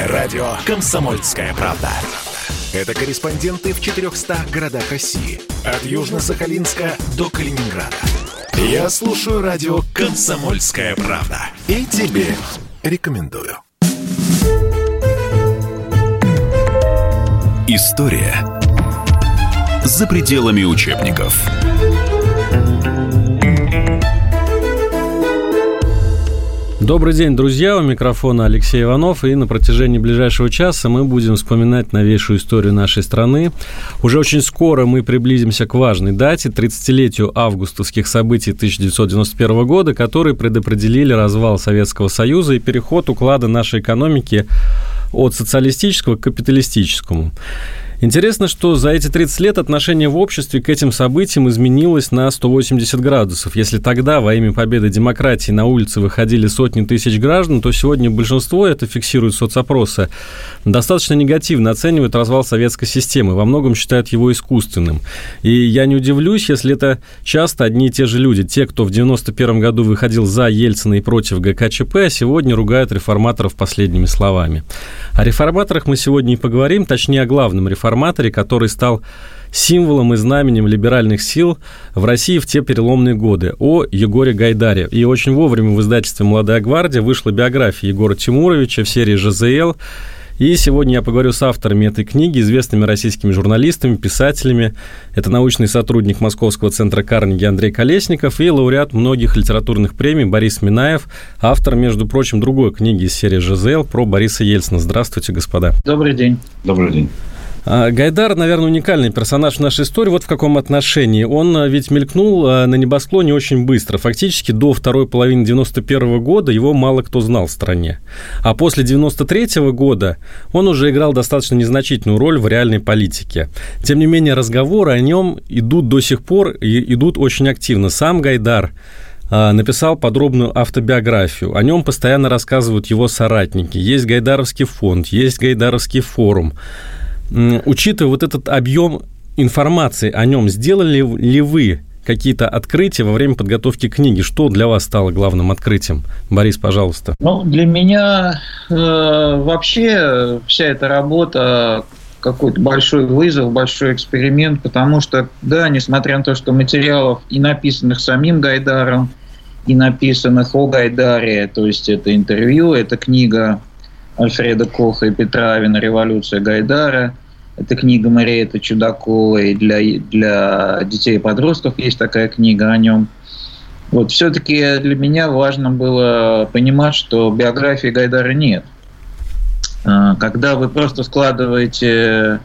Радио «Комсомольская правда». Это корреспонденты в 400 городах России. От Южно-Сахалинска до Калининграда. Я слушаю радио «Комсомольская правда». И тебе рекомендую. История за пределами учебников. Добрый день, друзья, у микрофона Алексей Иванов, и на протяжении ближайшего часа мы будем вспоминать новейшую историю нашей страны. Уже очень скоро мы приблизимся к важной дате, 30-летию августовских событий 1991 года, которые предопределили развал Советского Союза и переход уклада нашей экономики от социалистического к капиталистическому. Интересно, что за эти 30 лет отношение в обществе к этим событиям изменилось на 180 градусов. Если тогда во имя победы демократии на улицы выходили сотни тысяч граждан, то сегодня большинство, это фиксируют соцопросы, достаточно негативно оценивают развал советской системы, во многом считают его искусственным. И я не удивлюсь, если это часто одни и те же люди, те, кто в 91 году выходил за Ельцина и против ГКЧП, а сегодня ругают реформаторов последними словами. О реформаторах мы сегодня и поговорим, точнее о главном реформаторе, который стал символом и знаменем либеральных сил в России в те переломные годы, о Егоре Гайдаре. И очень вовремя в издательстве «Молодая гвардия» вышла биография Егора Тимуровича в серии «ЖЗЛ». И сегодня я поговорю с авторами этой книги, известными российскими журналистами, писателями. Это научный сотрудник Московского центра Карнеги Андрей Колесников и лауреат многих литературных премий Борис Минаев, автор, между прочим, другой книги из серии «ЖЗЛ» про Бориса Ельцина. Здравствуйте, господа. Добрый день. Добрый день. Гайдар, наверное, уникальный персонаж в нашей истории. Вот в каком отношении. Он ведь мелькнул на небосклоне очень быстро. Фактически до второй половины 91 года его мало кто знал в стране. А после 93 года он уже играл достаточно незначительную роль в реальной политике. Тем не менее, разговоры о нем идут до сих пор и идут очень активно. Сам Гайдар написал подробную автобиографию. О нем постоянно рассказывают его соратники. Есть Гайдаровский фонд, есть Гайдаровский форум. Учитывая вот этот объем информации о нем, сделали ли вы какие-то открытия во время подготовки книги? Что для вас стало главным открытием? Борис, пожалуйста. Для меня вообще вся эта работа какой-то большой вызов, большой эксперимент, потому что, да, несмотря на то, что материалов и написанных самим Гайдаром, и написанных о Гайдаре, то есть это интервью, это книга Альфреда Коха и Петра Авина «Революция Гайдара». Это книга Мариэтты Чудаковой для детей и подростков. Есть такая книга о нем. Вот все-таки для меня важно было понимать, что биографии Гайдара нет. Когда вы просто складываете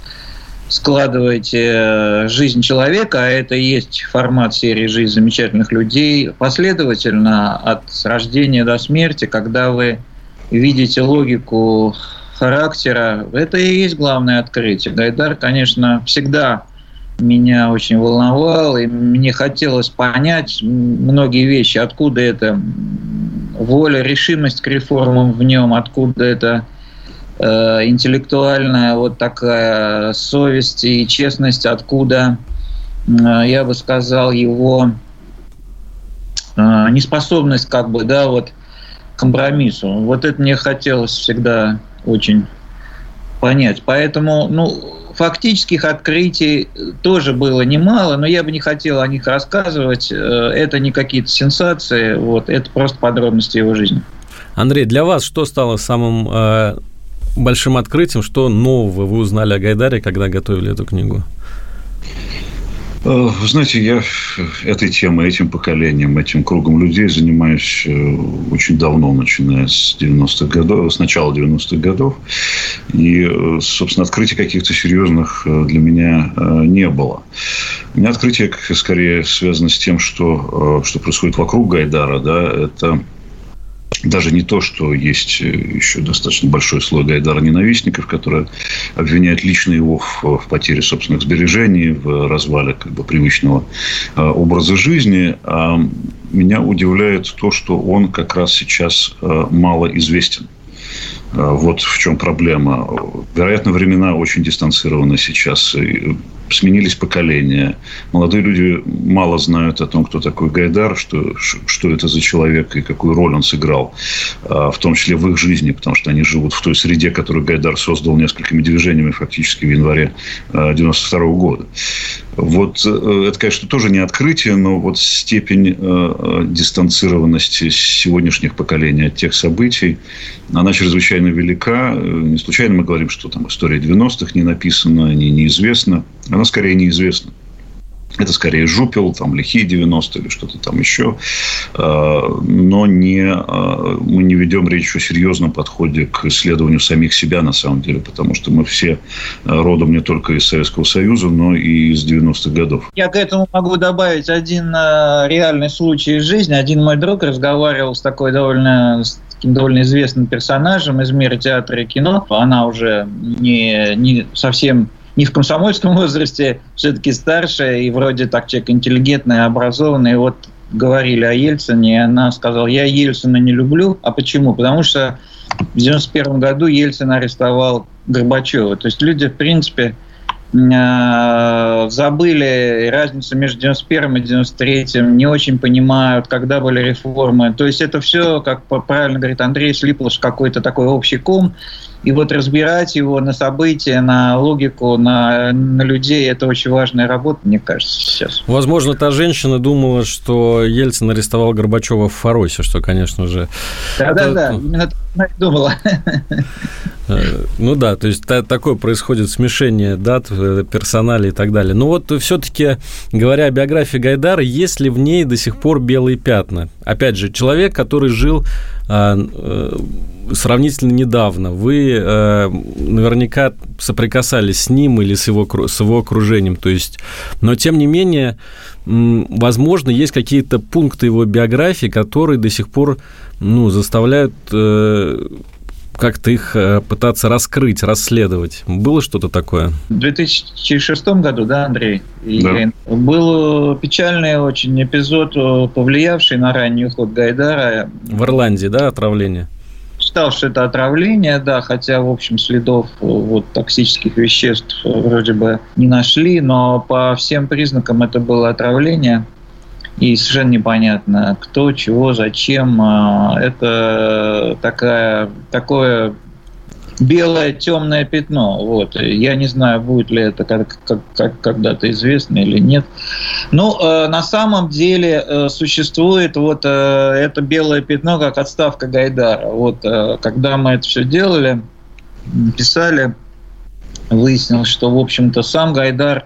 жизнь человека, а это и есть формат серии «Жизнь замечательных людей», последовательно от рождения до смерти, когда вы видите логику характера, это и есть главное открытие. Гайдар, конечно, всегда меня очень волновал, и мне хотелось понять многие вещи, откуда эта воля, решимость к реформам в нем, откуда эта интеллектуальная вот такая совесть и честность, откуда, я бы сказал, его неспособность компромиссу. Вот это мне хотелось всегда очень понять. Поэтому, фактических открытий тоже было немало, но я бы не хотел о них рассказывать. Это не какие-то сенсации, это просто подробности его жизни. Андрей, для вас что стало самым большим открытием, что нового вы узнали о Гайдаре, когда готовили эту книгу? Вы знаете, я этой темой, этим поколением, этим кругом людей занимаюсь очень давно, начиная с 90-х годов, с начала 90-х годов. И, собственно, открытий каких-то серьезных для меня не было. У меня открытие скорее связано с тем, что происходит вокруг Гайдара. Да, это даже не то, что есть еще достаточно большой слой Гайдара-ненавистников, которые обвиняют лично его в потере собственных сбережений, в развале привычного образа жизни. А меня удивляет то, что он как раз сейчас мало известен. Вот в чем проблема. Вероятно, времена очень дистанцированы сейчас. Сменились поколения. Молодые люди мало знают о том, кто такой Гайдар, что это за человек и какую роль он сыграл, в том числе в их жизни, потому что они живут в той среде, которую Гайдар создал несколькими движениями фактически в январе 1992 года. Вот это, конечно, тоже не открытие, но вот степень дистанцированности сегодняшних поколений от тех событий, она чрезвычайно велика. Не случайно мы говорим, что там история 90-х не написана, неизвестна. Она скорее неизвестна. Это скорее жупел, там, лихие 90-е или что-то там еще. Но мы не ведем речь о серьезном подходе к исследованию самих себя, на самом деле. Потому что мы все родом не только из Советского Союза, но и из 90-х годов. Я к этому могу добавить один реальный случай из жизни. Один мой друг разговаривал с такой довольно известным персонажем из мира театра и кино. Она уже не совсем... не в комсомольском возрасте, все-таки старше, и вроде так человек интеллигентный, образованный. И вот говорили о Ельцине, и она сказала: я Ельцина не люблю. А почему? Потому что в 1991 году Ельцин арестовал Горбачева. То есть люди, в принципе, забыли разницу между 91 и 93, не очень понимают, когда были реформы. То есть это все, как правильно говорит Андрей, слиплось в какой-то такой общий ком. И вот разбирать его на события, на логику, на людей, это очень важная работа, мне кажется, сейчас. Возможно, та женщина думала, что Ельцин арестовал Горбачева в Фаросе, что, конечно же... Да, именно так она и думала. Ну да, то есть такое происходит смешение дат, персоналей и так далее. Но вот все-таки, говоря о биографии Гайдара, есть ли в ней до сих пор белые пятна? Опять же, человек, который жил сравнительно недавно, вы наверняка соприкасались с ним или с его окружением, то есть, но тем не менее, возможно, есть какие-то пункты его биографии, которые до сих пор заставляют как-то их пытаться раскрыть, расследовать. Было что-то такое? В 2006 году, да, Андрей? Да. Был печальный очень эпизод, повлиявший на ранний уход Гайдара. В Ирландии, да, отравление? Считал, что это отравление, да, хотя, в общем, следов токсических веществ вроде бы не нашли, но по всем признакам это было отравление. И совершенно непонятно, кто, чего, зачем. Это такое белое темное пятно. Вот. Я не знаю, будет ли это когда-то известно или нет. Но на самом деле существует это белое пятно, как отставка Гайдара. Когда мы это все делали, писали, выяснилось, что, в общем-то, сам Гайдар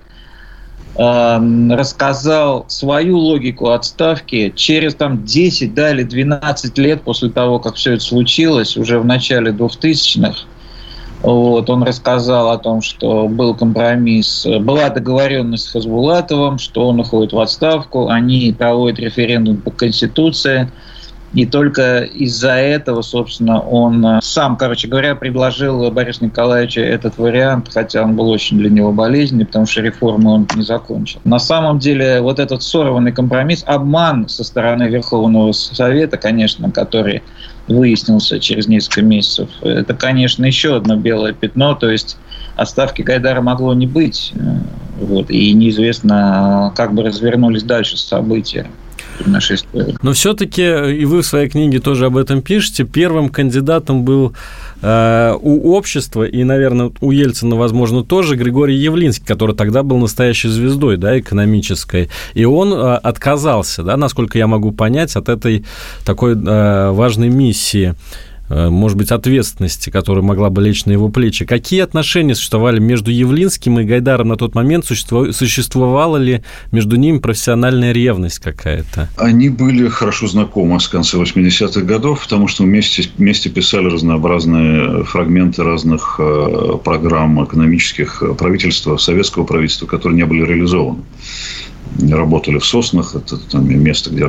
рассказал свою логику отставки через 10 или 12 лет после того, как все это случилось, уже в начале 2000-х. Он рассказал о том, что был компромисс, была договоренность с Хасбулатовым, что он уходит в отставку, они проводят референдум по Конституции. И только из-за этого, собственно, он сам, предложил Борису Николаевичу этот вариант, хотя он был очень для него болезненный, потому что реформы он не закончил. На самом деле, этот сорванный компромисс, обман со стороны Верховного Совета, конечно, который выяснился через несколько месяцев, это, конечно, еще одно белое пятно, то есть отставки Гайдара могло не быть, и неизвестно, как бы развернулись дальше события. Но все-таки, и вы в своей книге тоже об этом пишете, первым кандидатом был у общества, и, наверное, у Ельцина, возможно, тоже Григорий Явлинский, который тогда был настоящей звездой, да, экономической. И он отказался, да, насколько я могу понять, от этой такой важной миссии, может быть, ответственности, которая могла бы лечь на его плечи. Какие отношения существовали между Явлинским и Гайдаром на тот момент? Существовала ли между ними профессиональная ревность какая-то? Они были хорошо знакомы с конца 80-х годов, потому что вместе писали разнообразные фрагменты разных программ экономических правительства, советского правительства, которые не были реализованы. работали в Соснах. Это там место, где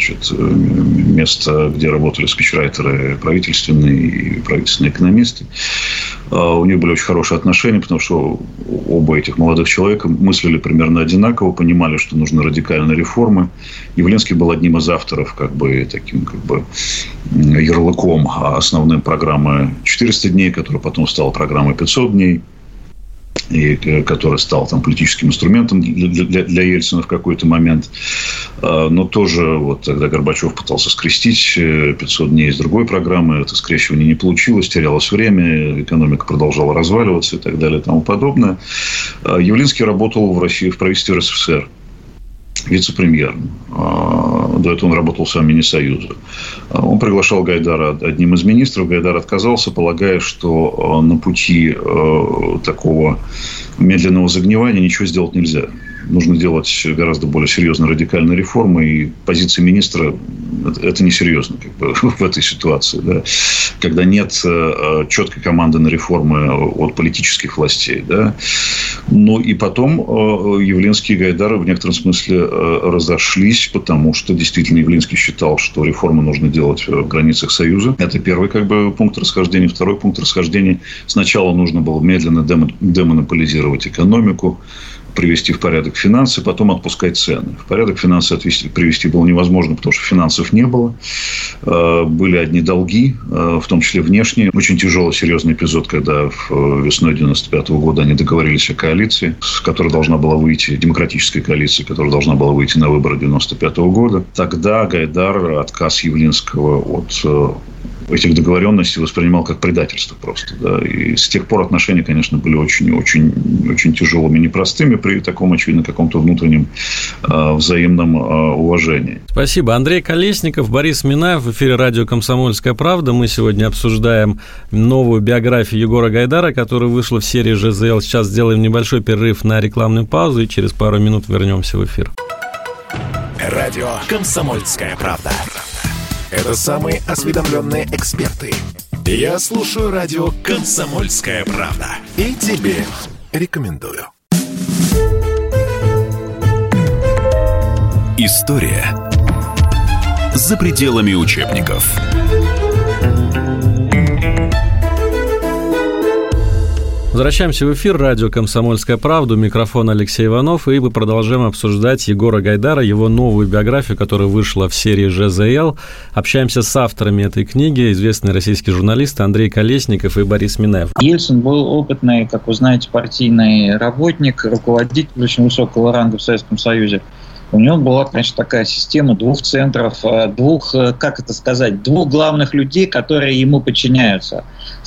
работали спичрайтеры правительственные и правительственные экономисты. У них были очень хорошие отношения, потому что оба этих молодых человека мыслили примерно одинаково, понимали, что нужны радикальные реформы. Явлинский был одним из авторов, таким ярлыком основной программы «400 дней», которая потом стала программой «500 дней». И который стал политическим инструментом для Ельцина в какой-то момент. Но тоже тогда Горбачев пытался скрестить 500 дней с другой программы. Это скрещивание не получилось, терялось время, экономика продолжала разваливаться и так далее и тому подобное. Явлинский работал в России в правительстве РСФСР вице-премьером. До этого он работал в самом Минсоюзе. Он приглашал Гайдара одним из министров. Гайдар отказался, полагая, что на пути такого медленного загнивания ничего сделать нельзя. Нужно делать гораздо более серьезные радикальные реформы. И позиция министра – это несерьезно в этой ситуации. Да? Когда нет четкой команды на реформы от политических властей. Да? Ну, и потом Явлинский и Гайдар в некотором смысле разошлись, потому что действительно Явлинский считал, что реформы нужно делать в границах Союза. Это первый пункт расхождения. Второй пункт расхождения. Сначала нужно было медленно демонополизировать экономику, привести в порядок финансы, потом отпускать цены. В порядок финансы привести было невозможно, потому что финансов не было. Были одни долги, в том числе внешние. Очень тяжелый, серьезный эпизод, когда весной 1995 года они договорились о коалиции, которая должна была выйти, демократической коалиции, которая должна была выйти на выборы 1995 года. Тогда Гайдар отказ Явлинского от этих договоренностей воспринимал как предательство просто. Да. И с тех пор отношения, конечно, были очень тяжелыми и непростыми при таком, очевидно, каком-то внутреннем взаимном уважении. Спасибо. Андрей Колесников, Борис Минаев в эфире радио «Комсомольская правда». Мы сегодня обсуждаем новую биографию Егора Гайдара, которая вышла в серии ЖЗЛ. Сейчас сделаем небольшой перерыв на рекламную паузу и через пару минут вернемся в эфир. Радио «Комсомольская правда». Это самые осведомленные эксперты. Я слушаю радио «Комсомольская правда». И тебе рекомендую. История за пределами учебников. Возвращаемся в эфир. Радио «Комсомольская правда». У микрофона Алексей Иванов. И мы продолжаем обсуждать Егора Гайдара, его новую биографию, которая вышла в серии ЖЗЛ. Общаемся с авторами этой книги, известные российские журналисты Андрей Колесников и Борис Минаев. Ельцин был опытный, как вы знаете, партийный работник, руководитель очень высокого ранга в Советском Союзе. У него была, конечно, такая система двух центров, двух главных людей, которые ему подчиняются,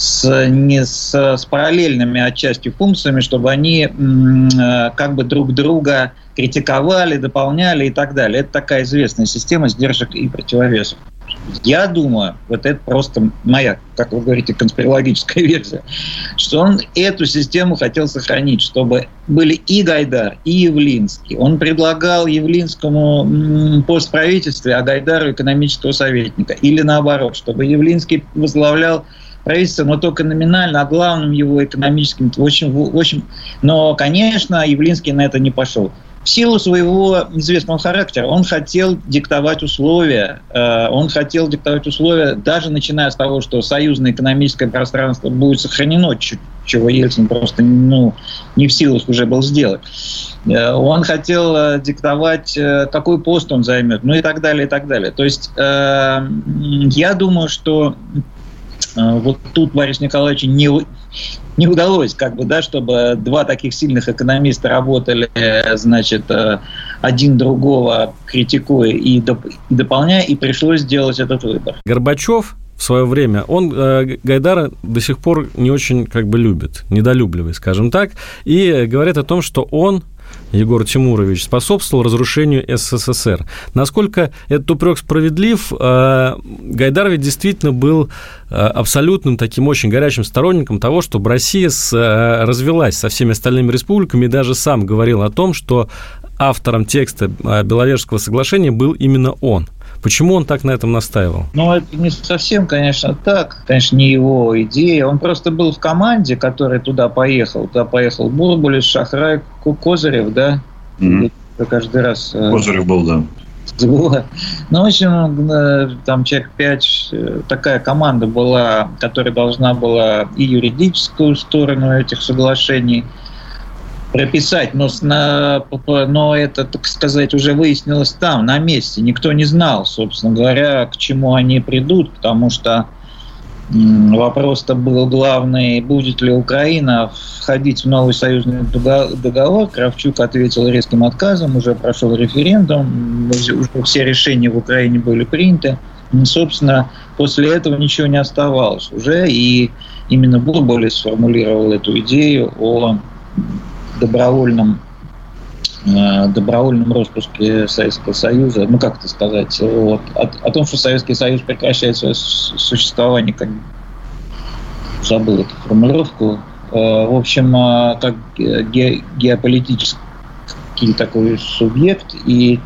с параллельными отчасти функциями, чтобы они друг друга критиковали, дополняли и так далее. Это такая известная система сдержек и противовесов. Я думаю, это просто моя, как вы говорите, конспирологическая версия, что он эту систему хотел сохранить, чтобы были и Гайдар, и Явлинский. Он предлагал Явлинскому пост в правительстве, а Гайдару экономического советника. Или наоборот, чтобы Явлинский возглавлял правительство, но только номинально, а главным его экономическим. В общем, но, конечно, Явлинский на это не пошел. В силу своего известного характера он хотел диктовать условия. Даже начиная с того, что союзное экономическое пространство будет сохранено, чего Ельцин просто не в силах уже был сделать. Он хотел диктовать, какой пост он займет, и так далее, и так далее. То есть я думаю, что вот тут Борису Николаевичу не удалось, чтобы два таких сильных экономиста работали, один другого критикуя и дополняя, и пришлось сделать этот выбор. Горбачев в свое время, он Гайдара до сих пор не очень любит, недолюбливает, скажем так, и говорит о том, что он, Егор Тимурович, способствовал разрушению СССР. Насколько этот упрек справедлив, Гайдар ведь действительно был абсолютным таким очень горячим сторонником того, чтобы Россия развелась со всеми остальными республиками, и даже сам говорил о том, что автором текста Беловежского соглашения был именно он. Почему он так на этом настаивал? Это не совсем, конечно, так. Конечно, не его идея. Он просто был в команде, которая туда поехал. Туда поехал Бурбулис, Шахрай, Козырев, да? каждый раз... Козырев был, да. Забываю. Ну, в общем, там человек 5, такая команда была, которая должна была и юридическую сторону этих соглашений прописать, но это, так сказать, уже выяснилось там, на месте. Никто не знал, собственно говоря, к чему они придут, потому что вопрос-то был главный, будет ли Украина входить в новый союзный договор. Кравчук ответил резким отказом, уже прошел референдум, уже все решения в Украине были приняты. И, собственно, после этого ничего не оставалось уже, и именно Бурбулис сформулировал эту идею о добровольном распуске Советского Союза, ну как это сказать, о том, что Советский Союз прекращает свое существование, как забыл эту формулировку. В общем, как геополитический такой субъект, и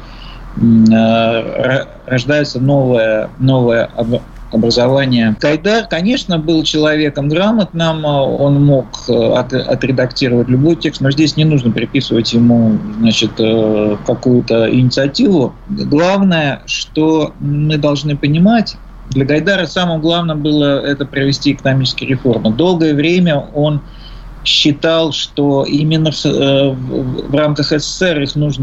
рождается новое образование. Гайдар, конечно, был человеком грамотным, он мог отредактировать любой текст, но здесь не нужно приписывать ему, значит, какую-то инициативу. Главное, что мы должны понимать, для Гайдара самым главным было это провести экономические реформы. Долгое время он считал, что именно в рамках СССР их нужно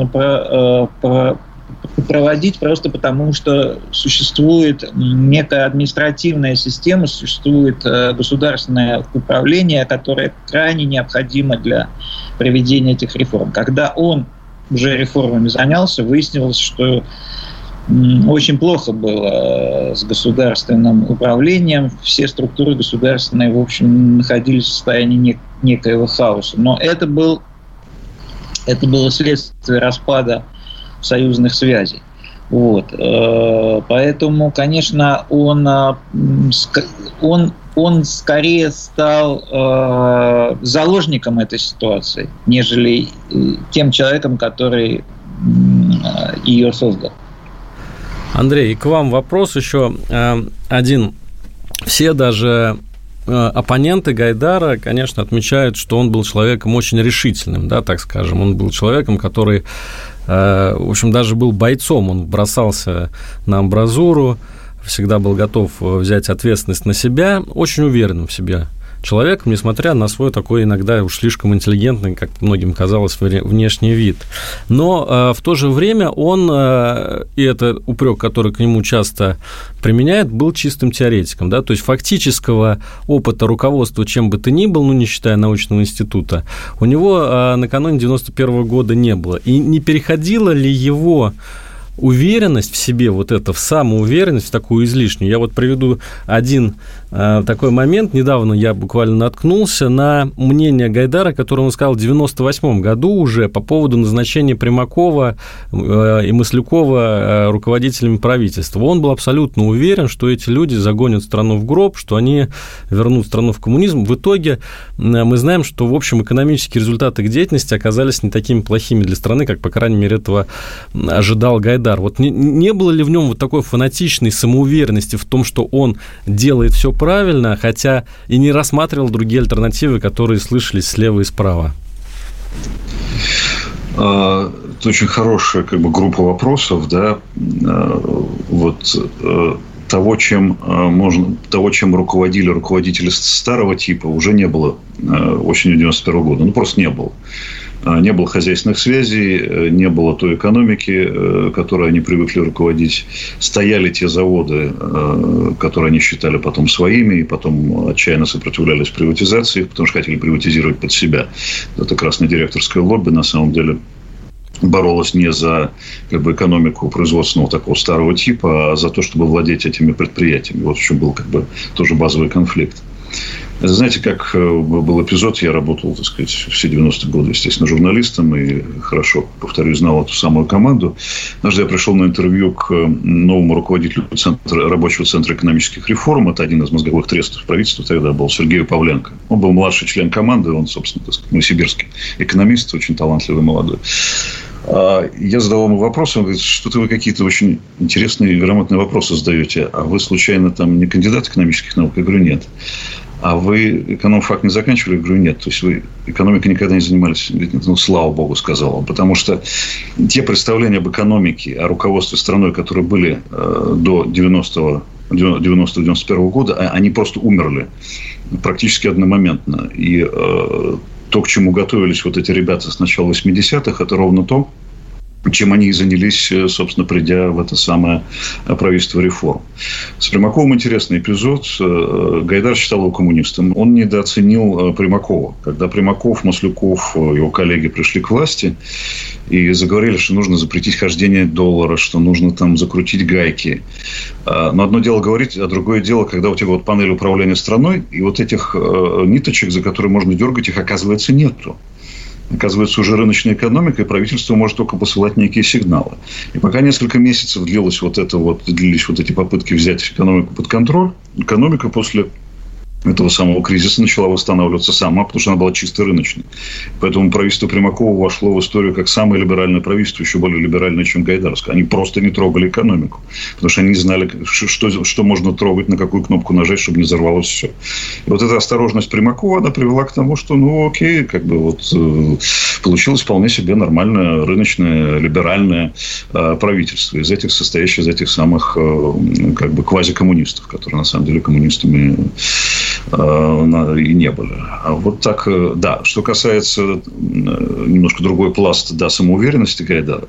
проводить просто потому, что существует некая административная система, существует государственное управление, которое крайне необходимо для проведения этих реформ. Когда он уже реформами занялся, выяснилось, что очень плохо было с государственным управлением. Все структуры государственные, в общем, находились в состоянии некоего хаоса. Но это было следствие распада союзных связей. Вот. Поэтому, конечно, он скорее стал заложником этой ситуации, нежели тем человеком, который ее создал. Андрей, и к вам вопрос еще один. Все даже оппоненты Гайдара, конечно, отмечают, что он был человеком очень решительным, да, так скажем. Он был человеком, который, в общем, даже был бойцом. Он бросался на амбразуру, всегда был готов взять ответственность на себя, очень уверенным в себе человеком, несмотря на свой такой иногда уж слишком интеллигентный, как многим казалось, внешний вид. Но в то же время он, и это упрек, который к нему часто применяет, был чистым теоретиком. Да? То есть фактического опыта руководства чем бы то ни было, ну, не считая научного института, у него накануне 91 года не было. И не переходила ли его уверенность в себе, вот это, в самоуверенность, в такую излишнюю. Я вот приведу один такой момент. Недавно я буквально наткнулся на мнение Гайдара, которое он сказал в 98 году уже по поводу назначения Примакова и Маслякова руководителями правительства. Он был абсолютно уверен, что эти люди загонят страну в гроб, что они вернут страну в коммунизм. В итоге мы знаем, что, в общем, экономические результаты их деятельности оказались не такими плохими для страны, как, по крайней мере, этого ожидал Гайдар. Вот не было ли в нем вот такой фанатичной самоуверенности в том, что он делает все правильно, хотя и не рассматривал другие альтернативы, которые слышались слева и справа? Это очень хорошая группа вопросов, да, того, чем руководили руководители старого типа, уже не было осенью 91 года. Ну, просто не было. Не было хозяйственных связей, не было той экономики, которой они привыкли руководить. Стояли те заводы, которые они считали потом своими, и потом отчаянно сопротивлялись приватизации, потому что хотели приватизировать под себя. Это краснодиректорское лобби, на самом деле, боролась не за экономику производственного такого старого типа, а за то, чтобы владеть этими предприятиями. Вот в чем был тоже базовый конфликт. Знаете, как был эпизод, я работал, так сказать, все 90-е годы, естественно, журналистом и хорошо, повторюсь, знал эту самую команду. Однажды я пришел на интервью к новому руководителю рабочего центра экономических реформ. Это один из мозговых трестов правительства тогда был, Сергею Павленко. Он был младший член команды, он, собственно, так сказать, новосибирский экономист, очень талантливый, молодой. Я задал ему вопрос, он говорит, что-то вы какие-то очень интересные и грамотные вопросы задаете, а вы, случайно, там не кандидат экономических наук? Я говорю, нет. а вы экономфак не заканчивали? Я говорю, нет. То есть вы экономикой никогда не занимались? Говорит, нет. Ну, слава богу, сказал он. Потому что те представления об экономике, о руководстве страной, которые были до 90-91 года, они просто умерли практически одномоментно. И то, к чему готовились вот эти ребята с начала 80-х, это ровно то, чем они и занялись, собственно, придя в это самое правительство реформ. С Примаковым интересный эпизод. Гайдар считал его коммунистом. Он недооценил Примакова. Когда Примаков, Маслюков, его коллеги пришли к власти и заговорили, что нужно запретить хождение доллара, что нужно там закрутить гайки. Но одно дело говорить, а другое дело, когда у тебя вот панель управления страной, и вот этих ниточек, за которые можно дергать, их, оказывается, нету. Оказывается, уже рыночная экономика, и правительство может только посылать некие сигналы. И пока несколько месяцев длились вот эти попытки взять экономику под контроль, экономика после этого самого кризиса начала восстанавливаться сама, потому что она была чисто рыночной. Поэтому правительство Примакова вошло в историю как самое либеральное правительство, еще более либеральное, чем гайдаровское. Они просто не трогали экономику, потому что они не знали, что можно трогать, на какую кнопку нажать, чтобы не взорвалось все. И вот эта осторожность Примакова, она привела к тому, что, окей, получилось вполне себе нормальное рыночное, либеральное правительство, состоящее из этих самых квазикоммунистов, которые на самом деле коммунистами и не были. А вот так, да. Что касается немножко другой пласт, самоуверенности Гайдара.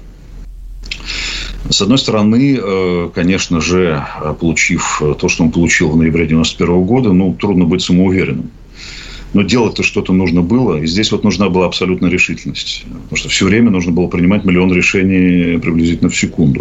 С одной стороны, конечно же, получив то, что он получил в ноябре 1991 года, трудно быть самоуверенным. Но делать-то что-то нужно было. И здесь нужна была абсолютная решительность. Потому что все время нужно было принимать миллион решений приблизительно в секунду.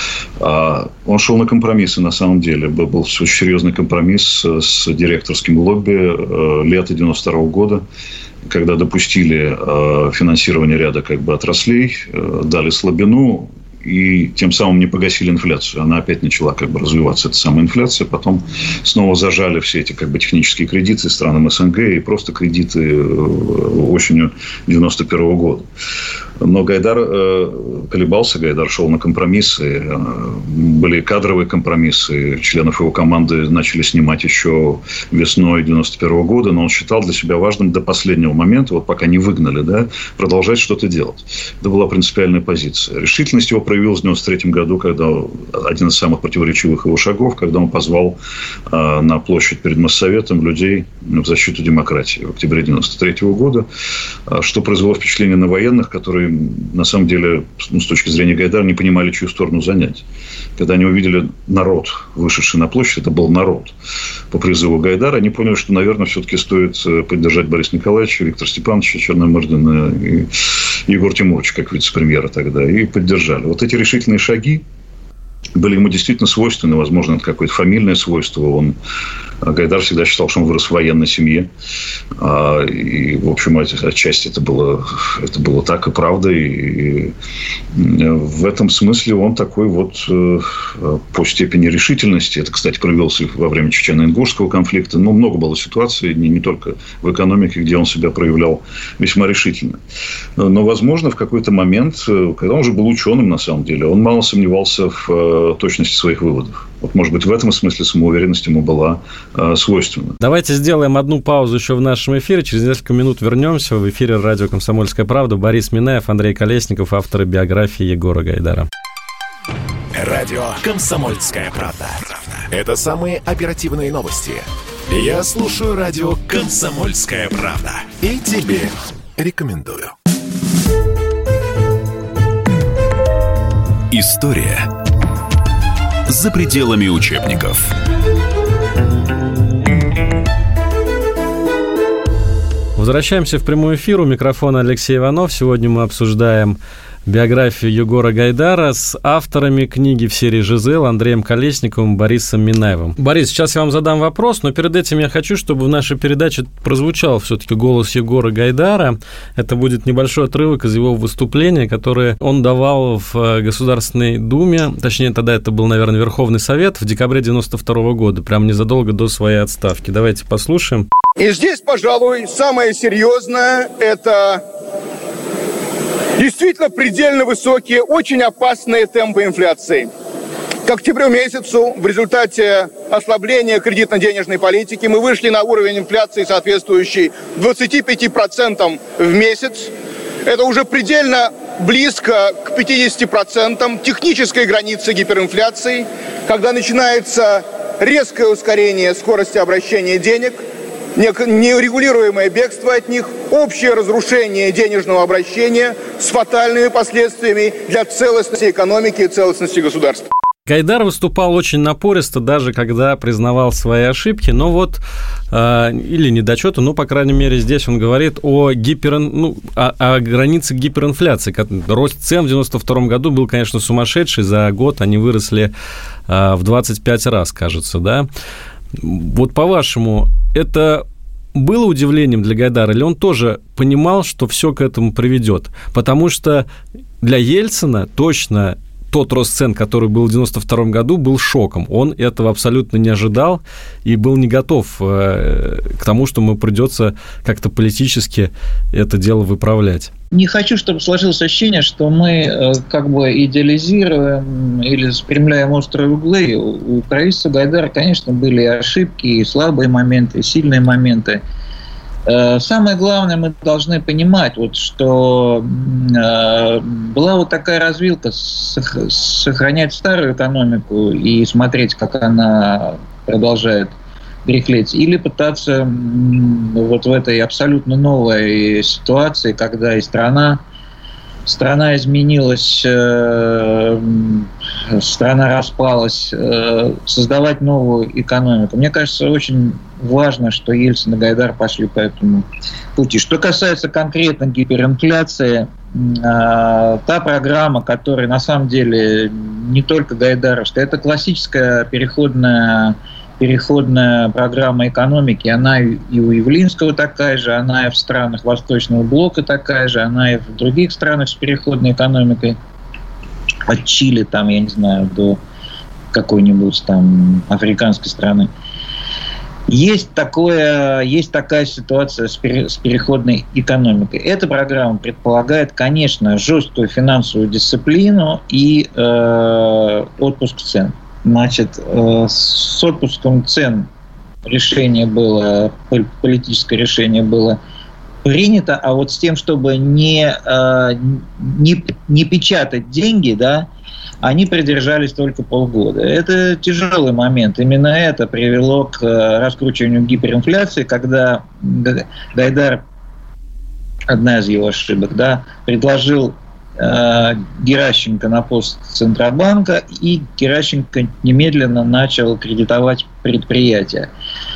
Он шел на компромиссы, на самом деле. Был очень серьезный компромисс с директорским лобби лета 1992 года, когда допустили финансирование ряда отраслей, дали слабину, и тем самым не погасили инфляцию. Она опять начала развиваться, эта самая инфляция. Потом снова зажали все эти технические кредиты странам СНГ и просто кредиты осенью 1991 года. Но Гайдар колебался, Гайдар шел на компромиссы. Были кадровые компромиссы. Членов его команды начали снимать еще весной 1991 года. Но он считал для себя важным до последнего момента, пока не выгнали, продолжать что-то делать. Это была принципиальная позиция. Решительность его проявилась в 1993 году, когда один из самых противоречивых его шагов, когда он позвал на площадь перед Моссоветом людей в защиту демократии в октябре 1993 года, что произвело впечатление на военных, которые на самом деле, с точки зрения Гайдара, не понимали, чью сторону занять. Когда они увидели народ, вышедший на площадь, это был народ по призыву Гайдара, они поняли, что, наверное, все-таки стоит поддержать Бориса Николаевича, Виктора Степановича Черномырдина и Егора Тимуровича, как вице-премьера тогда, и поддержали. Вот эти решительные шаги были ему действительно свойственны. Возможно, это какое-то фамильное свойство. Гайдар всегда считал, что он вырос в военной семье. И, в общем, отчасти это было так и правда. И в этом смысле он такой по степени решительности. Это, кстати, проявилось во время Чечено-Ингушского конфликта. Много было ситуаций, не только в экономике, где он себя проявлял весьма решительно. Но, возможно, в какой-то момент, когда он уже был ученым, на самом деле, он мало сомневался в точности своих выводов. Может быть, в этом смысле самоуверенность ему была свойственна. Давайте сделаем одну паузу еще в нашем эфире. Через несколько минут вернемся. В эфире радио «Комсомольская правда». Борис Минаев, Андрей Колесников, авторы биографии Егора Гайдара. Радио «Комсомольская правда». Это самые оперативные новости. Я слушаю радио «Комсомольская правда». И тебе рекомендую. История за пределами учебников. Возвращаемся в прямой эфир. У микрофона Алексей Иванов. Сегодня мы обсуждаем биографию Егора Гайдара с авторами книги в серии «Жизель» Андреем Колесниковым, Борисом Минаевым. Борис, сейчас я вам задам вопрос, но перед этим я хочу, чтобы в нашей передаче прозвучал все-таки голос Егора Гайдара. Это будет небольшой отрывок из его выступления, которое он давал в Государственной Думе, точнее, тогда это был, наверное, Верховный Совет, в декабре 1992 года, прям незадолго до своей отставки. Давайте послушаем. И здесь, пожалуй, самое серьезное – это действительно предельно высокие, очень опасные темпы инфляции. К октябрю месяцу в результате ослабления кредитно-денежной политики мы вышли на уровень инфляции, соответствующий 25% в месяц. Это уже предельно близко к 50% технической границы гиперинфляции, когда начинается резкое ускорение скорости обращения денег, нерегулируемое бегство от них, общее разрушение денежного обращения с фатальными последствиями для целостности экономики и целостности государства. Гайдар выступал очень напористо, даже когда признавал свои ошибки, но вот, или недочеты, но, по крайней мере, здесь он говорит о границе гиперинфляции. Рост цен в 1992 году был, конечно, сумасшедший, за год они выросли в 25 раз, кажется, да? Вот по-вашему, это было удивлением для Гайдара, или он тоже понимал, что все к этому приведет? Потому что для Ельцина точно тот рост цен, который был в 1992 году, был шоком. Он этого абсолютно не ожидал и был не готов к тому, что ему придется как-то политически это дело выправлять. Не хочу, чтобы сложилось ощущение, что мы как бы идеализируем или спрямляем острые углы. У правительства Гайдара, конечно, были и ошибки, и слабые моменты, и сильные моменты. Самое главное, мы должны понимать, вот, что была вот такая развилка сохранять старую экономику и смотреть, как она продолжает дряхлеть, или пытаться вот в этой абсолютно новой ситуации, когда и страна изменилась, страна распалась, создавать новую экономику. Мне кажется, очень важно, что Ельцин и Гайдар пошли по этому пути. Что касается конкретно гиперинфляции, та программа, которая на самом деле не только гайдаровская, это классическая переходная программа экономики, она и у Явлинского такая же, она и в странах Восточного блока такая же, она и в других странах с переходной экономикой, от Чили, там, я не знаю, до какой-нибудь там африканской страны. Есть такая ситуация с переходной экономикой. Эта программа предполагает, конечно, жесткую финансовую дисциплину и отпуск цен. Значит, с отпуском цен политическое решение было принято, а вот с тем, чтобы не печатать деньги, да, они придержались только полгода. Это тяжелый момент. Именно это привело к раскручиванию гиперинфляции, когда Гайдар, одна из его ошибок, да, предложил Геращенко на пост Центробанка, и Геращенко немедленно начал кредитовать предприятия.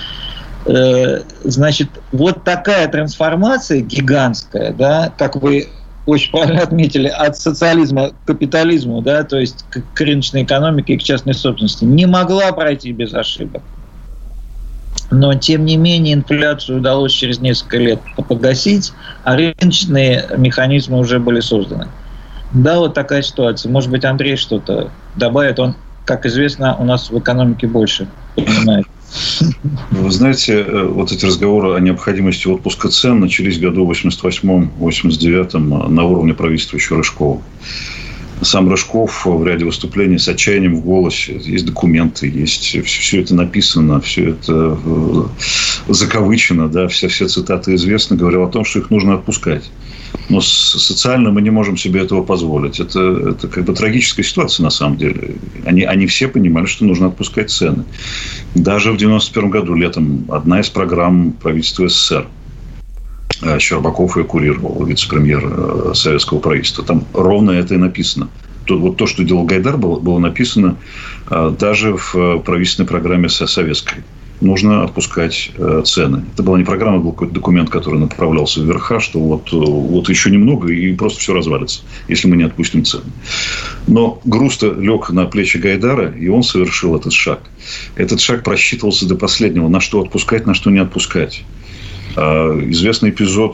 Значит, вот такая трансформация гигантская, да, как вы очень правильно отметили, от социализма к капитализму, да, то есть к рыночной экономике и к частной собственности, не могла пройти без ошибок. Но, тем не менее, инфляцию удалось через несколько лет погасить, а рыночные механизмы уже были созданы. Да, вот такая ситуация. Может быть, Андрей что-то добавит. Он, как известно, у нас в экономике больше понимает. Вы знаете, вот эти разговоры о необходимости отпуска цен начались в году 88-89 на уровне правительства еще Рыжкова. Сам Рыжков в ряде выступлений с отчаянием в голосе, есть документы, есть все это написано, все это закавычено, да, все цитаты известны, говорил о том, что их нужно отпускать. Но социально мы не можем себе этого позволить. Это как бы трагическая ситуация на самом деле. Они все понимали, что нужно отпускать цены. Даже в 1991 году летом одна из программ правительства СССР, Щербаков ее курировал, вице-премьер советского правительства. Там ровно это и написано. Вот то, что делал Гайдар, было написано даже в правительственной программе советской. Нужно отпускать цены. Это была не программа, был какой-то документ, который направлялся в верха, что вот еще немного, и просто все развалится, если мы не отпустим цены. Но груз-то лег на плечи Гайдара, и он совершил этот шаг. Этот шаг просчитывался до последнего, на что отпускать, на что не отпускать. Известный эпизод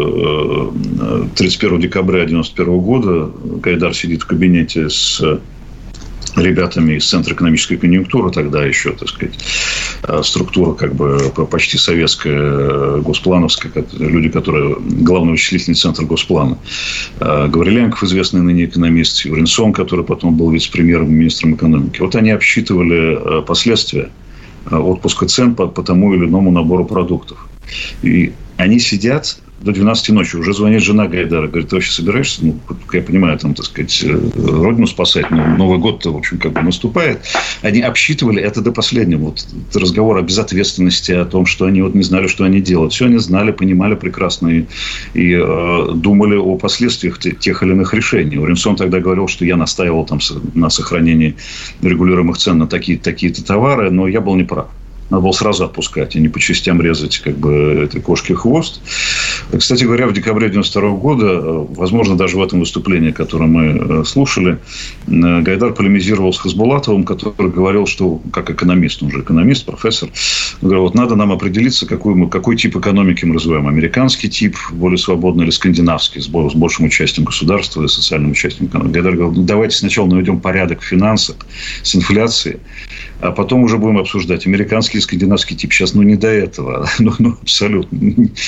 31 декабря 1991 года. Гайдар сидит в кабинете с ребятами из Центра экономической конъюнктуры, тогда еще, так сказать, структура как бы почти советская, госплановская, люди, которые главный вычислительный центр Госплана. Гавриленков, известный ныне экономист, Юринсон, который потом был вице-премьером, министром экономики. Вот они обсчитывали последствия отпуска цен по тому или иному набору продуктов. И они сидят до 12 ночи. Уже звонит жена Гайдара. Говорит, ты вообще собираешься? Ну, как я понимаю, там, так сказать, родину спасать. Но Новый год-то, в общем, как бы наступает. Они обсчитывали это до последнего. Вот разговор о безответственности, о том, что они вот не знали, что они делают. Все они знали, понимали прекрасно и думали о последствиях тех или иных решений. Уринсон тогда говорил, что я настаивал там на сохранении регулируемых цен на такие-то товары, но я был неправ. Надо было сразу отпускать, а не по частям резать как бы этой кошке хвост. Кстати говоря, в декабре 1992 года, возможно, даже в этом выступлении, которое мы слушали, Гайдар полемизировал с Хасбулатовым, который говорил, что, как экономист, он же экономист, профессор, говорил, вот надо нам определиться, какой тип экономики мы развиваем. Американский тип, более свободный, или скандинавский, с большим участием государства и социальным участием экономики. Гайдар говорил, давайте сначала наведем порядок в финансах с инфляцией, а потом уже будем обсуждать американский и скандинавский тип. Сейчас, не до этого. Абсолютно.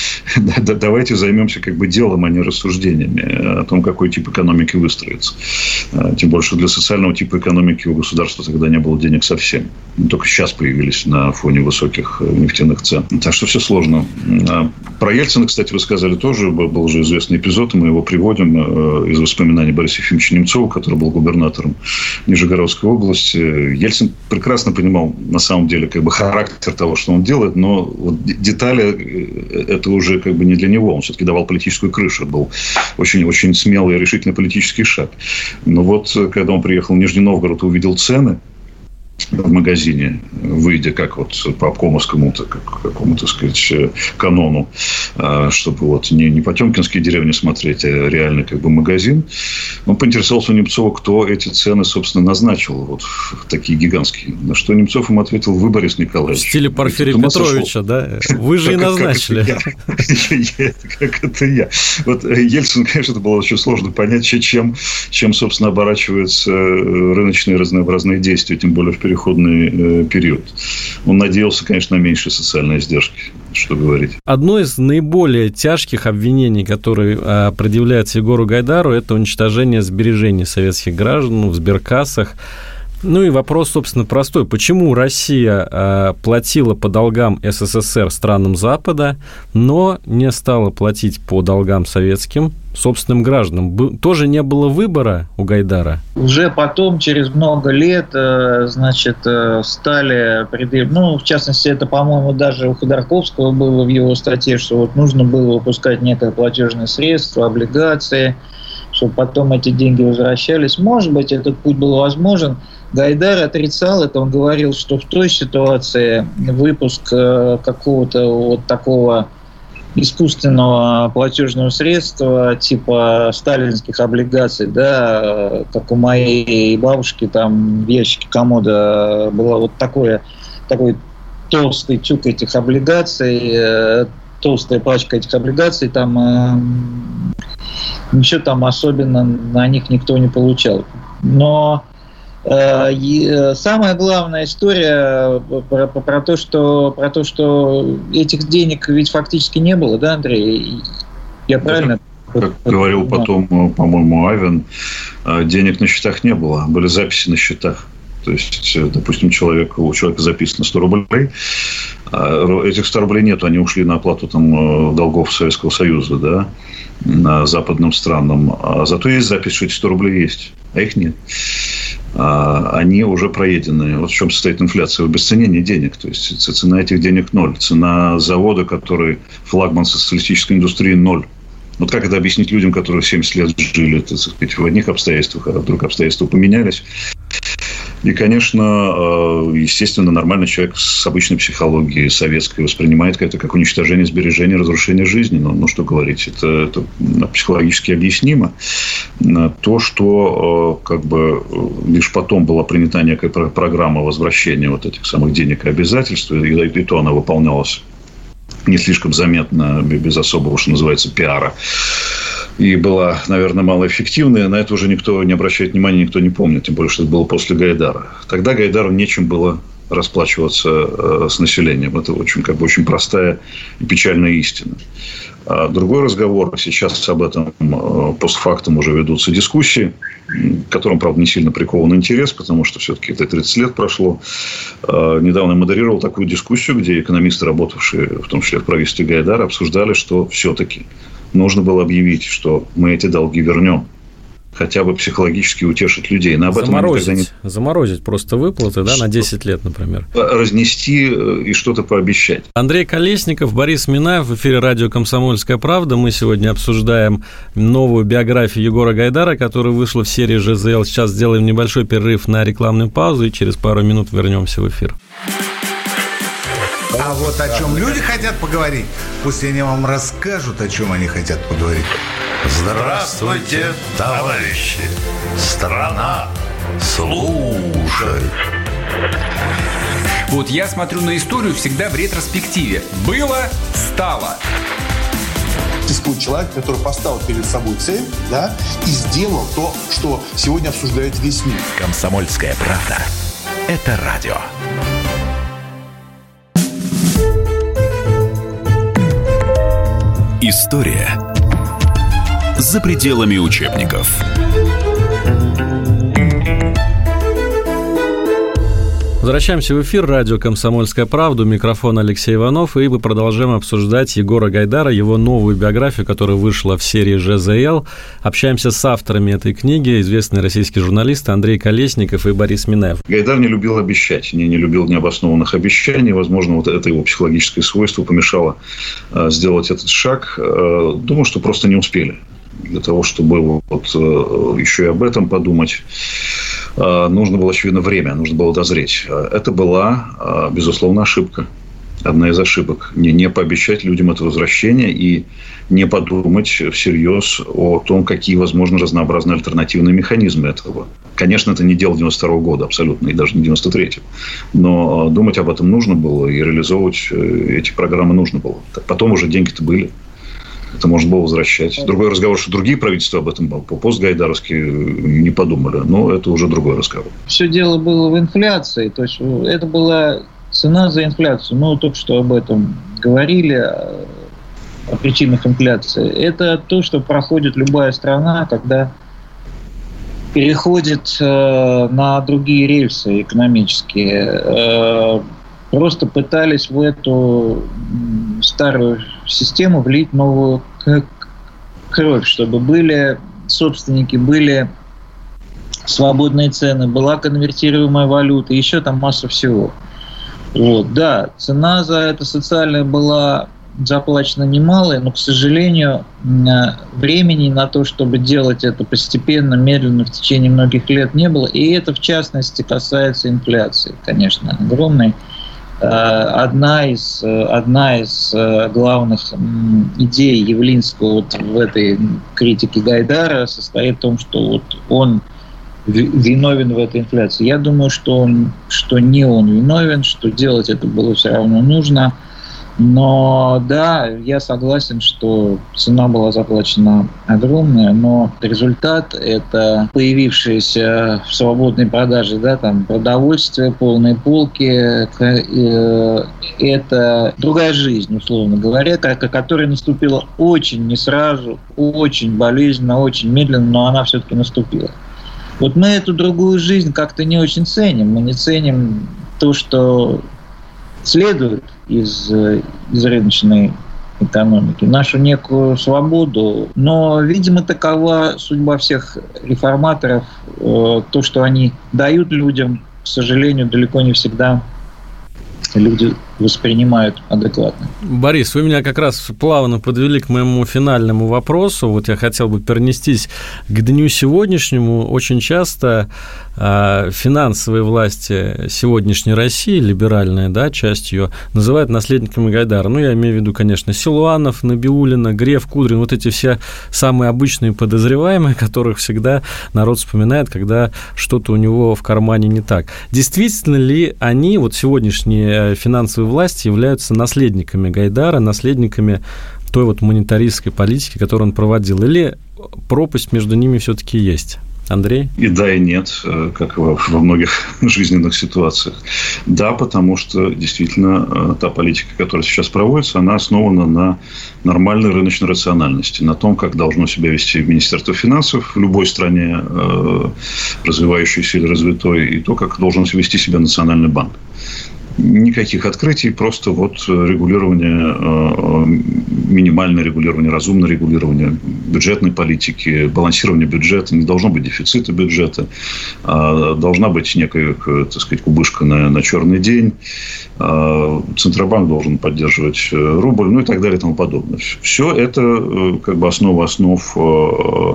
Давайте займемся как бы делом, а не рассуждениями о том, какой тип экономики выстроится. Тем более, что для социального типа экономики у государства тогда не было денег совсем. Только сейчас появились на фоне высоких нефтяных цен. Так что все сложно. Про Ельцина, кстати, вы сказали тоже. Был же известный эпизод, и мы его приводим из воспоминаний Бориса Ефимовича Немцова, который был губернатором Нижегородской области. Ельцин прекрасно понимал, на самом деле, как бы характер того, что он делает, но вот детали это уже как бы не для него. Он все-таки давал политическую крышу. Это был очень смелый и решительный политический шаг. Но вот, когда он приехал в Нижний Новгород и увидел цены в магазине, выйдя как вот по обкомовскому какому-то, так сказать, канону, чтобы вот не потемкинские деревни смотреть, а реальный как бы магазин, он поинтересовался у Немцова, кто эти цены, собственно, назначил, вот такие гигантские. На что Немцов ему ответил: вы, Борис Николаевич. В стиле Порфирия Петровича, да? Вы же и назначили. Как это я. Вот Ельцин, конечно, это было очень сложно понять, чем, собственно, оборачиваются рыночные разнообразные действия, тем более в переходный период. Он надеялся, конечно, на меньшие социальные издержки, что говорить. Одно из наиболее тяжких обвинений, которые предъявляются Егору Гайдару, это уничтожение сбережений советских граждан в сберкассах. Ну и вопрос, собственно, простой. Почему Россия платила по долгам СССР странам Запада, но не стала платить по долгам советским собственным гражданам? Тоже не было выбора у Гайдара? Уже потом, через много лет, значит, стали... Ну, в частности, это, по-моему, даже у Ходорковского было в его статье, что вот нужно было выпускать некое платежное средство, облигации, чтобы потом эти деньги возвращались. Может быть, этот путь был возможен. Гайдар отрицал это, он говорил, что в той ситуации выпуск какого-то вот такого искусственного платежного средства типа сталинских облигаций, да, как у моей бабушки там в ящике комода была вот такой толстый тюк этих облигаций, толстая пачка этих облигаций, там ничего там особенно на них никто не получал. Но самая главная история про то, что этих денег ведь фактически не было, да, Андрей? Я правильно? Как говорил потом, по-моему, Авен, денег на счетах не было, были записи на счетах. То есть, допустим, у человека записано 100 рублей, а этих 100 рублей нету, они ушли на оплату там долгов Советского Союза, да, на западным странам. А зато есть запись, что эти 100 рублей есть, а их нет. Они уже проедены. Вот в чем состоит инфляция. В обесценении денег. То есть, цена этих денег ноль. Цена завода, который флагман социалистической индустрии, ноль. Вот как это объяснить людям, которые 70 лет жили, так сказать, в одних обстоятельствах, а вдруг обстоятельства поменялись? И, конечно, естественно, нормальный человек с обычной психологией советской воспринимает это как уничтожение сбережений, разрушение жизни. Ну, что говорить, это психологически объяснимо. То, что как бы лишь потом была принята некая программа возвращения вот этих самых денег и обязательств, и то она выполнялась не слишком заметно, без особого, что называется, пиара. И была, наверное, малоэффективная. На это уже никто не обращает внимания, никто не помнит. Тем более, что это было после Гайдара. Тогда Гайдару нечем было расплачиваться с населением. Это очень простая и печальная истина. А другой разговор. Сейчас об этом постфактум уже ведутся дискуссии, к которым, правда, не сильно прикован интерес, потому что все-таки это 30 лет прошло. Недавно я модерировал такую дискуссию, где экономисты, работавшие в том числе в правительстве Гайдара, обсуждали, что все-таки нужно было объявить, что мы эти долги вернем. Хотя бы психологически утешить людей. Но об этом заморозить просто выплаты, да, на 10 лет, например. Разнести и что-то пообещать. Андрей Колесников, Борис Минаев, в эфире радио «Комсомольская правда». Мы сегодня обсуждаем новую биографию Егора Гайдара, которая вышла в серии ЖЗЛ. Сейчас сделаем небольшой перерыв на рекламную паузу и через пару минут вернемся в эфир. А вот о чем люди хотят поговорить, пусть они вам расскажут, о чем они хотят поговорить. Здравствуйте, товарищи! Страна служит! Вот я смотрю на историю всегда в ретроспективе. Было, стало. Существует человек, который поставил перед собой цель, да, и сделал то, что сегодня обсуждает весь мир. «Комсомольская правда» – это радио. История за пределами учебников. Возвращаемся в эфир. Радио «Комсомольская правда». У микрофона Алексей Иванов. И мы продолжаем обсуждать Егора Гайдара, его новую биографию, которая вышла в серии ЖЗЛ. Общаемся с авторами этой книги, известные российские журналисты Андрей Колесников и Борис Минаев. Гайдар не любил обещать, не любил необоснованных обещаний. Возможно, вот это его психологическое свойство помешало сделать этот шаг. Думаю, что просто не успели. Для того, чтобы вот еще и об этом подумать, нужно было, очевидно, время, нужно было дозреть. Это была, безусловно, ошибка. Одна из ошибок. Не пообещать людям это возвращение и не подумать всерьез о том, какие, возможно, разнообразные альтернативные механизмы этого. Конечно, это не дело 92-го года абсолютно, и даже не 93-го. Но думать об этом нужно было, и реализовывать эти программы нужно было. Потом уже деньги-то были. Это можно было возвращать. Другой разговор, что другие правительства об этом постгайдаровские не подумали. Но это уже другой разговор. Все дело было в инфляции. То есть это была цена за инфляцию. Мы только что об этом говорили, о причинах инфляции. Это то, что проходит любая страна, когда переходит на другие рельсы экономические. Просто пытались в эту старую систему влить новую кровь, чтобы были собственники, были свободные цены, была конвертируемая валюта, еще там масса всего. Вот, да, цена за это социальная была заплачена немалая, но, к сожалению, времени на то, чтобы делать это постепенно, медленно, в течение многих лет не было. И это, в частности, касается инфляции, конечно, огромной. Одна из главных идей Явлинского вот в этой критике Гайдара состоит в том, что вот он виновен в этой инфляции. Я думаю, что не он виновен, что делать это было все равно нужно. Но да, я согласен, что цена была заплачена огромная, но результат – это появившееся в свободной продаже, да, там продовольствие, полные полки, это другая жизнь, условно говоря, которая наступила очень не сразу, очень болезненно, очень медленно, но она все-таки наступила. Вот мы эту другую жизнь как-то не очень ценим, мы не ценим то, что следует из рыночной экономики, нашу некую свободу. Но, видимо, такова судьба всех реформаторов. То, что они дают людям, к сожалению, далеко не всегда люди воспринимают адекватно. Борис, вы меня как раз плавно подвели к моему финальному вопросу. Вот я хотел бы перенестись к дню сегодняшнему. Очень часто финансовые власти сегодняшней России, либеральная, да, часть ее, называют наследниками Гайдара. Ну, я имею в виду, конечно, Силуанов, Набиуллина, Греф, Кудрин, вот эти все самые обычные подозреваемые, которых всегда народ вспоминает, когда что-то у него в кармане не так. Действительно ли они, вот сегодняшние финансовые власти, являются наследниками Гайдара, наследниками той вот монетаристской политики, которую он проводил? Или пропасть между ними все-таки есть? Андрей? И да, и нет, как во многих жизненных ситуациях. Да, потому что действительно та политика, которая сейчас проводится, она основана на нормальной рыночной рациональности, на том, как должно себя вести Министерство финансов в любой стране, развивающейся или развитой, и то, как должен вести себя Национальный банк. Никаких открытий, просто вот регулирование, минимальное регулирование, разумное регулирование бюджетной политики, балансирование бюджета. Не должно быть дефицита бюджета. Должна быть некая, так сказать, кубышка на черный день. Центробанк должен поддерживать рубль, ну и так далее и тому подобное. Все это как бы основа основ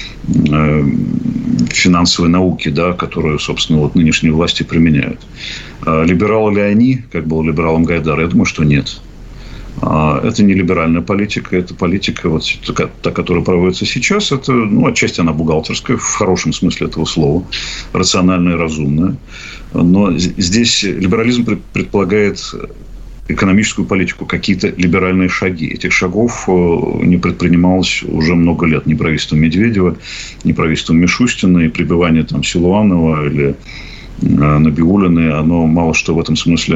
финансовой науки, да, которую, собственно, вот нынешние власти применяют. Либералы ли они, как был либералом Гайдар? Я думаю, что нет. Это не либеральная политика, это политика, вот та, которая проводится сейчас, это, ну, отчасти она бухгалтерская, в хорошем смысле этого слова, рациональная и разумная. Но здесь либерализм предполагает экономическую политику, какие-то либеральные шаги. Этих шагов не предпринималось уже много лет. Ни правительством Медведева, ни правительством Мишустина, и пребывание там Силуанова или Набиуллиной, оно мало что в этом смысле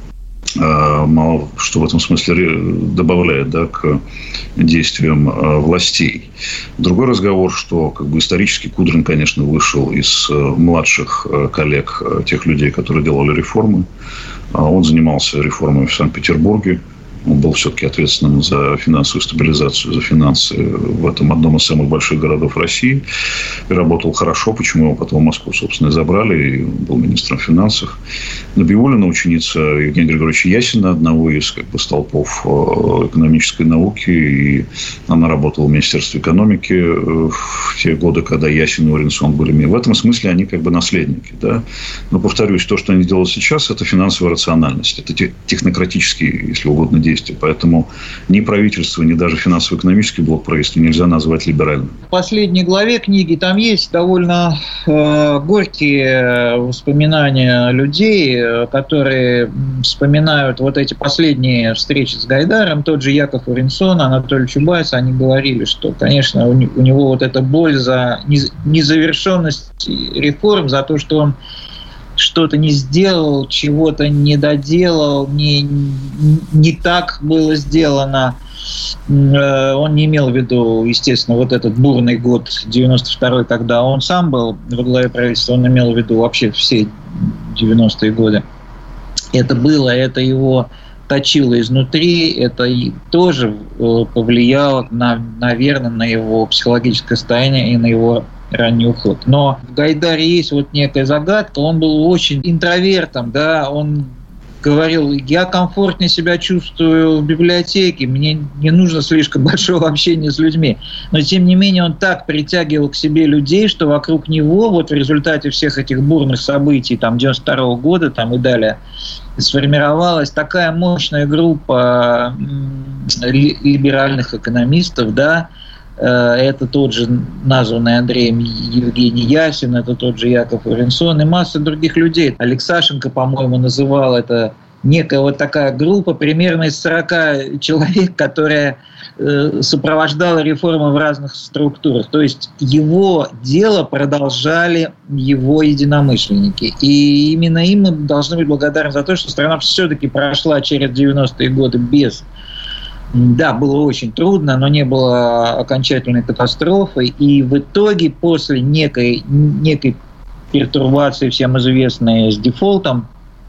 добавляет, да, к действиям властей. Другой разговор, что как бы исторически Кудрин, конечно, вышел из младших коллег, тех людей, которые делали реформы. Он занимался реформой в Санкт-Петербурге. Он был все-таки ответственным за финансовую стабилизацию, за финансы в этом одном из самых больших городов России. И работал хорошо, почему его потом в Москву, собственно, и забрали, и был министром финансов. Набиуллина, ученица Евгения Григорьевича Ясина, одного из как бы столпов экономической науки, и она работала в Министерстве экономики в те годы, когда Ясин и Оренсон были. В этом смысле они как бы наследники. Да? Но, повторюсь, то, что они делают сейчас, это финансовая рациональность, это технократические, если угодно, действия. Поэтому ни правительство, ни даже финансово-экономический блок правительства нельзя назвать либеральным. В последней главе книги там есть довольно горькие воспоминания людей, которые вспоминают вот эти последние встречи с Гайдаром. Тот же Яков Оренсон, Анатолий Чубайс, они говорили, что, конечно, у него вот эта боль за незавершенность реформ, за то, что он что-то не сделал, чего-то не доделал, не так было сделано. Он не имел в виду, естественно, вот этот бурный год 92-й, когда он сам был во главе правительства, он имел в виду вообще все 90-е годы. Это было, это его точило изнутри, это и тоже повлияло, наверное, на его психологическое состояние и на его ранний уход. Но в Гайдаре есть вот некая загадка. Он был очень интровертом, да, он говорил: я комфортнее себя чувствую в библиотеке, мне не нужно слишком большого общения с людьми. Но, тем не менее, он так притягивал к себе людей, что вокруг него вот в результате всех этих бурных событий, там, 92-го года там, и далее, сформировалась такая мощная группа либеральных экономистов, да. Это тот же названный Андреем Евгений Ясин, это тот же Яков Оренсон и масса других людей. Алексашенко, по-моему, называл это некая вот такая группа примерно из 40 человек, которая сопровождала реформы в разных структурах. То есть его дело продолжали его единомышленники. И именно им мы должны быть благодарны за то, что страна все-таки прошла через 90-е годы без... Да, было очень трудно, но не было окончательной катастрофы. И в итоге после некой пертурбации, всем известной, с дефолтом,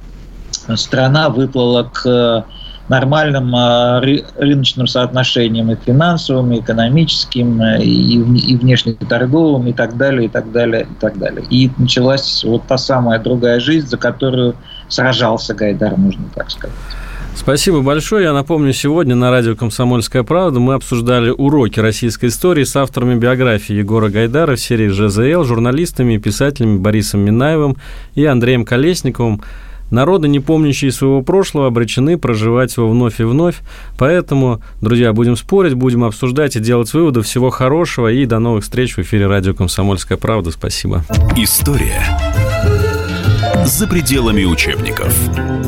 страна выплыла к нормальным рыночным соотношениям и финансовым, и экономическим, и внешнеторговым, и так далее, и так далее, и так далее. И началась вот та самая другая жизнь, за которую сражался Гайдар, нужно так сказать. Спасибо большое. Я напомню, сегодня на радио «Комсомольская правда» мы обсуждали уроки российской истории с авторами биографии Егора Гайдара в серии «ЖЗЛ», журналистами и писателями Борисом Минаевым и Андреем Колесниковым. Народы, не помнящие своего прошлого, обречены проживать его вновь и вновь. Поэтому, друзья, будем спорить, будем обсуждать и делать выводы. Всего хорошего и до новых встреч в эфире радио «Комсомольская правда». Спасибо. История за пределами учебников.